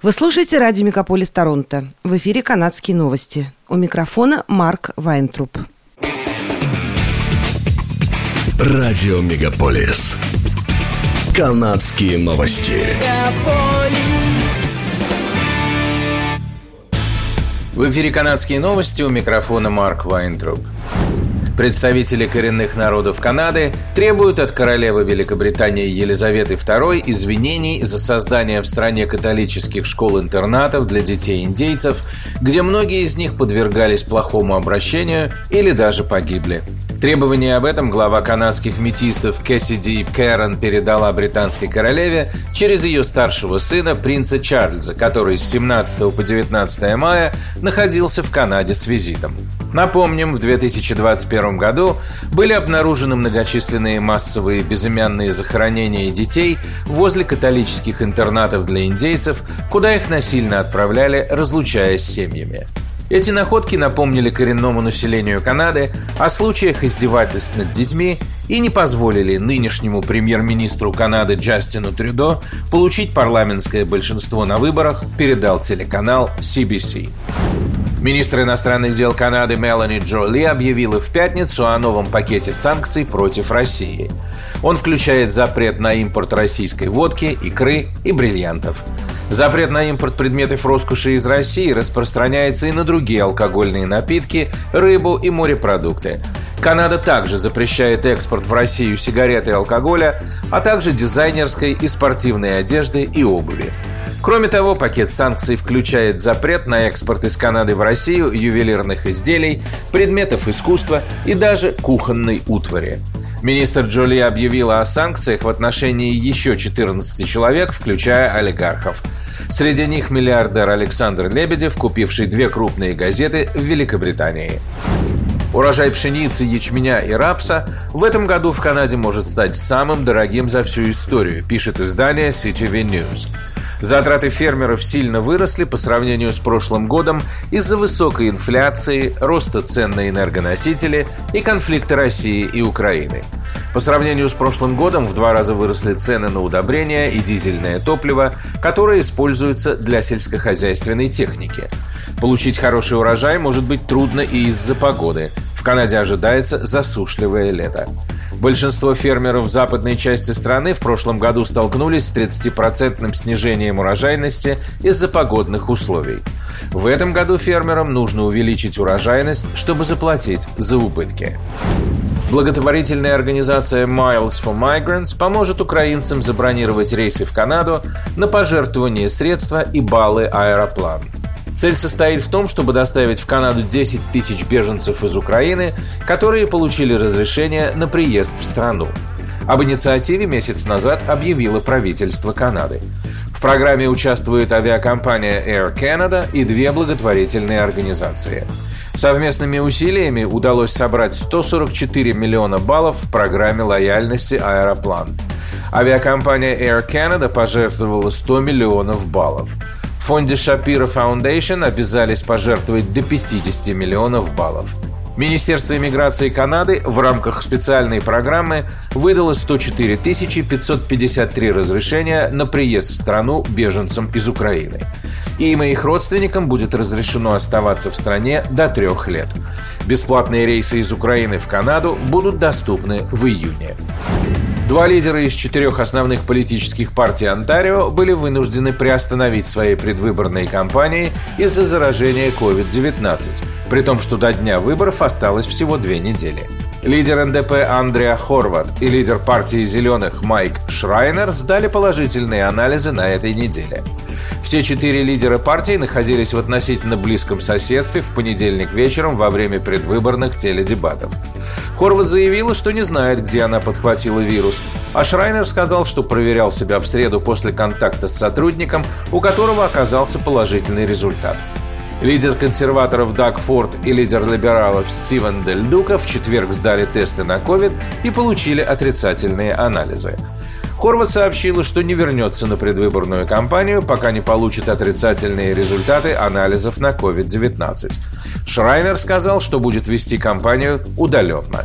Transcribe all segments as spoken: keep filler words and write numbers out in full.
Вы слушаете радио Мегаполис Торонто. В эфире канадские новости. У микрофона Марк Вайнтруп. Радио Мегаполис. Канадские новости. В эфире канадские новости. У микрофона Марк Вайнтруп. Представители коренных народов Канады требуют от королевы Великобритании Елизаветы второй извинений за создание в стране католических школ-интернатов для детей-индейцев, где многие из них подвергались плохому обращению или даже погибли. Требование об этом глава канадских метисов Кэссиди Кэрон передала британской королеве через ее старшего сына, принца Чарльза, который с семнадцатого по девятнадцатое мая находился в Канаде с визитом. Напомним, в две тысячи двадцать первом году были обнаружены многочисленные массовые безымянные захоронения детей возле католических интернатов для индейцев, куда их насильно отправляли, разлучаясь с семьями. Эти находки напомнили коренному населению Канады о случаях издевательств над детьми и не позволили нынешнему премьер-министру Канады Джастину Трюдо получить парламентское большинство на выборах, передал телеканал си би си. Министр иностранных дел Канады Мелани Джоли объявила в пятницу о новом пакете санкций против России. Он включает запрет на импорт российской водки, икры и бриллиантов. Запрет на импорт предметов роскоши из России распространяется и на другие алкогольные напитки, рыбу и морепродукты. Канада также запрещает экспорт в Россию сигарет и алкоголя, а также дизайнерской и спортивной одежды и обуви. Кроме того, пакет санкций включает запрет на экспорт из Канады в Россию ювелирных изделий, предметов искусства и даже кухонной утвари. Министр Джоли объявила о санкциях в отношении еще четырнадцати человек, включая олигархов. Среди них миллиардер Александр Лебедев, купивший две крупные газеты в Великобритании. Урожай пшеницы, ячменя и рапса в этом году в Канаде может стать самым дорогим за всю историю, пишет издание си ти ви News. Затраты фермеров сильно выросли по сравнению с прошлым годом из-за высокой инфляции, роста цен на энергоносители и конфликта России и Украины. По сравнению с прошлым годом в два раза выросли цены на удобрения и дизельное топливо, которое используется для сельскохозяйственной техники. Получить хороший урожай может быть трудно и из-за погоды. В Канаде ожидается засушливое лето. Большинство фермеров в западной части страны в прошлом году столкнулись с тридцатипроцентным снижением урожайности из-за погодных условий. В этом году фермерам нужно увеличить урожайность, чтобы заплатить за убытки. Благотворительная организация Miles for Migrants поможет украинцам забронировать рейсы в Канаду на пожертвование средства и баллы Аэроплан. Цель состоит в том, чтобы доставить в Канаду десять тысяч беженцев из Украины, которые получили разрешение на приезд в страну. Об инициативе месяц назад объявило правительство Канады. В программе участвует авиакомпания Air Canada и две благотворительные организации. Совместными усилиями удалось собрать сто сорок четыре миллиона баллов в программе лояльности Аэроплан. Авиакомпания Air Canada пожертвовала сто миллионов баллов. В фонде Shapiro Foundation обязались пожертвовать до пятьдесят миллионов баллов. Министерство иммиграции Канады в рамках специальной программы выдало сто четыре тысячи пятьсот пятьдесят три разрешения на приезд в страну беженцам из Украины. Им и их родственникам будет разрешено оставаться в стране до трех лет. Бесплатные рейсы из Украины в Канаду будут доступны в июне. Два лидера из четырех основных политических партий Онтарио были вынуждены приостановить свои предвыборные кампании из-за заражения ковид девятнадцать, при том, что до дня выборов осталось всего две недели. Лидер эн дэ пэ Андреа Хорват и лидер партии «Зеленых» Майк Шрайнер сдали положительные анализы на этой неделе. Все четыре лидера партии находились в относительно близком соседстве в понедельник вечером во время предвыборных теледебатов. Хорват заявила, что не знает, где она подхватила вирус, а Шрайнер сказал, что проверял себя в среду после контакта с сотрудником, у которого оказался положительный результат. Лидер консерваторов Даг Форд и лидер либералов Стивен Дель Дука в четверг сдали тесты на ковид и получили отрицательные анализы. Хорват сообщила, что не вернется на предвыборную кампанию, пока не получит отрицательные результаты анализов на ковид девятнадцать. Шрайнер сказал, что будет вести кампанию удаленно.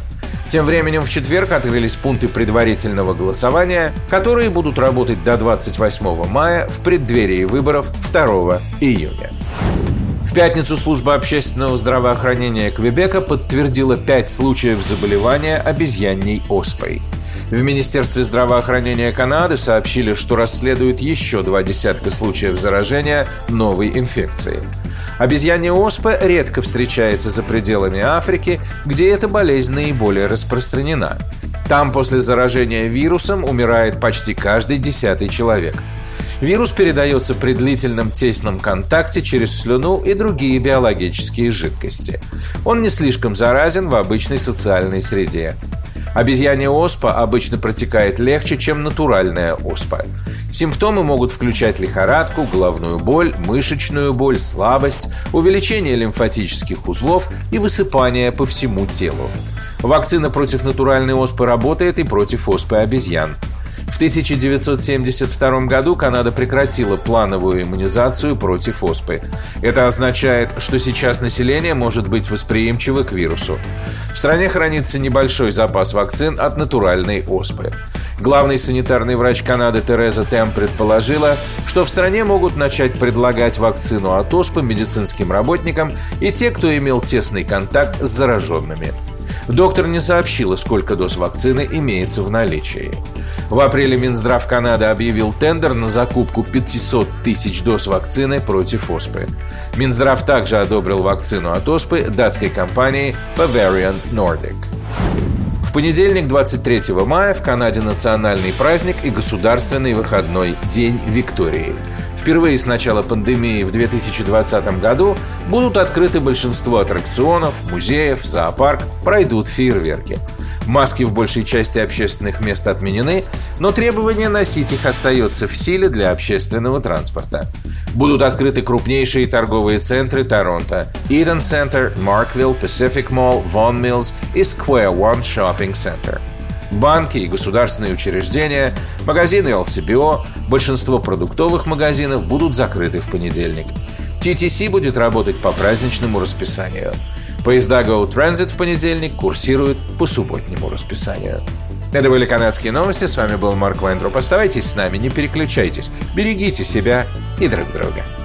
Тем временем в четверг открылись пункты предварительного голосования, которые будут работать до двадцать восьмого мая в преддверии выборов второго июня. В пятницу служба общественного здравоохранения Квебека подтвердила пять случаев заболевания обезьяньей оспой. В Министерстве здравоохранения Канады сообщили, что расследуют еще два десятка случаев заражения новой инфекцией. Обезьянья оспа редко встречается за пределами Африки, где эта болезнь наиболее распространена. Там после заражения вирусом умирает почти каждый десятый человек. Вирус передается при длительном тесном контакте через слюну и другие биологические жидкости. Он не слишком заразен в обычной социальной среде. Обезьянья оспа обычно протекает легче, чем натуральная оспа. Симптомы могут включать лихорадку, головную боль, мышечную боль, слабость, увеличение лимфатических узлов и высыпание по всему телу. Вакцина против натуральной оспы работает и против оспы обезьян. В тысяча девятьсот семьдесят втором году Канада прекратила плановую иммунизацию против оспы. Это означает, что сейчас население может быть восприимчиво к вирусу. В стране хранится небольшой запас вакцин от натуральной оспы. Главный санитарный врач Канады Тереза Тем предположила, что в стране могут начать предлагать вакцину от оспы медицинским работникам и те, кто имел тесный контакт с зараженными. Доктор не сообщила, сколько доз вакцины имеется в наличии. В апреле Минздрав Канады объявил тендер на закупку пятьсот тысяч доз вакцины против оспы. Минздрав также одобрил вакцину от оспы датской компании Bavarian Nordic. В понедельник, двадцать третьего мая, в Канаде национальный праздник и государственный выходной День Виктории. Впервые с начала пандемии в две тысячи двадцатом году будут открыты большинство аттракционов, музеев, зоопарк, пройдут фейерверки. Маски в большей части общественных мест отменены, но требование носить их остается в силе для общественного транспорта. Будут открыты крупнейшие торговые центры Торонто: Eden Center, Markville, Pacific Mall, Vaughan Mills и Square One Shopping Center. Банки и государственные учреждения, магазины эл си би о, большинство продуктовых магазинов будут закрыты в понедельник. ти ти си будет работать по праздничному расписанию. Поезда Go Transit в понедельник курсируют по субботнему расписанию. Это были канадские новости. С вами был Марк Вайнтроп. Оставайтесь с нами, не переключайтесь. Берегите себя и друг друга.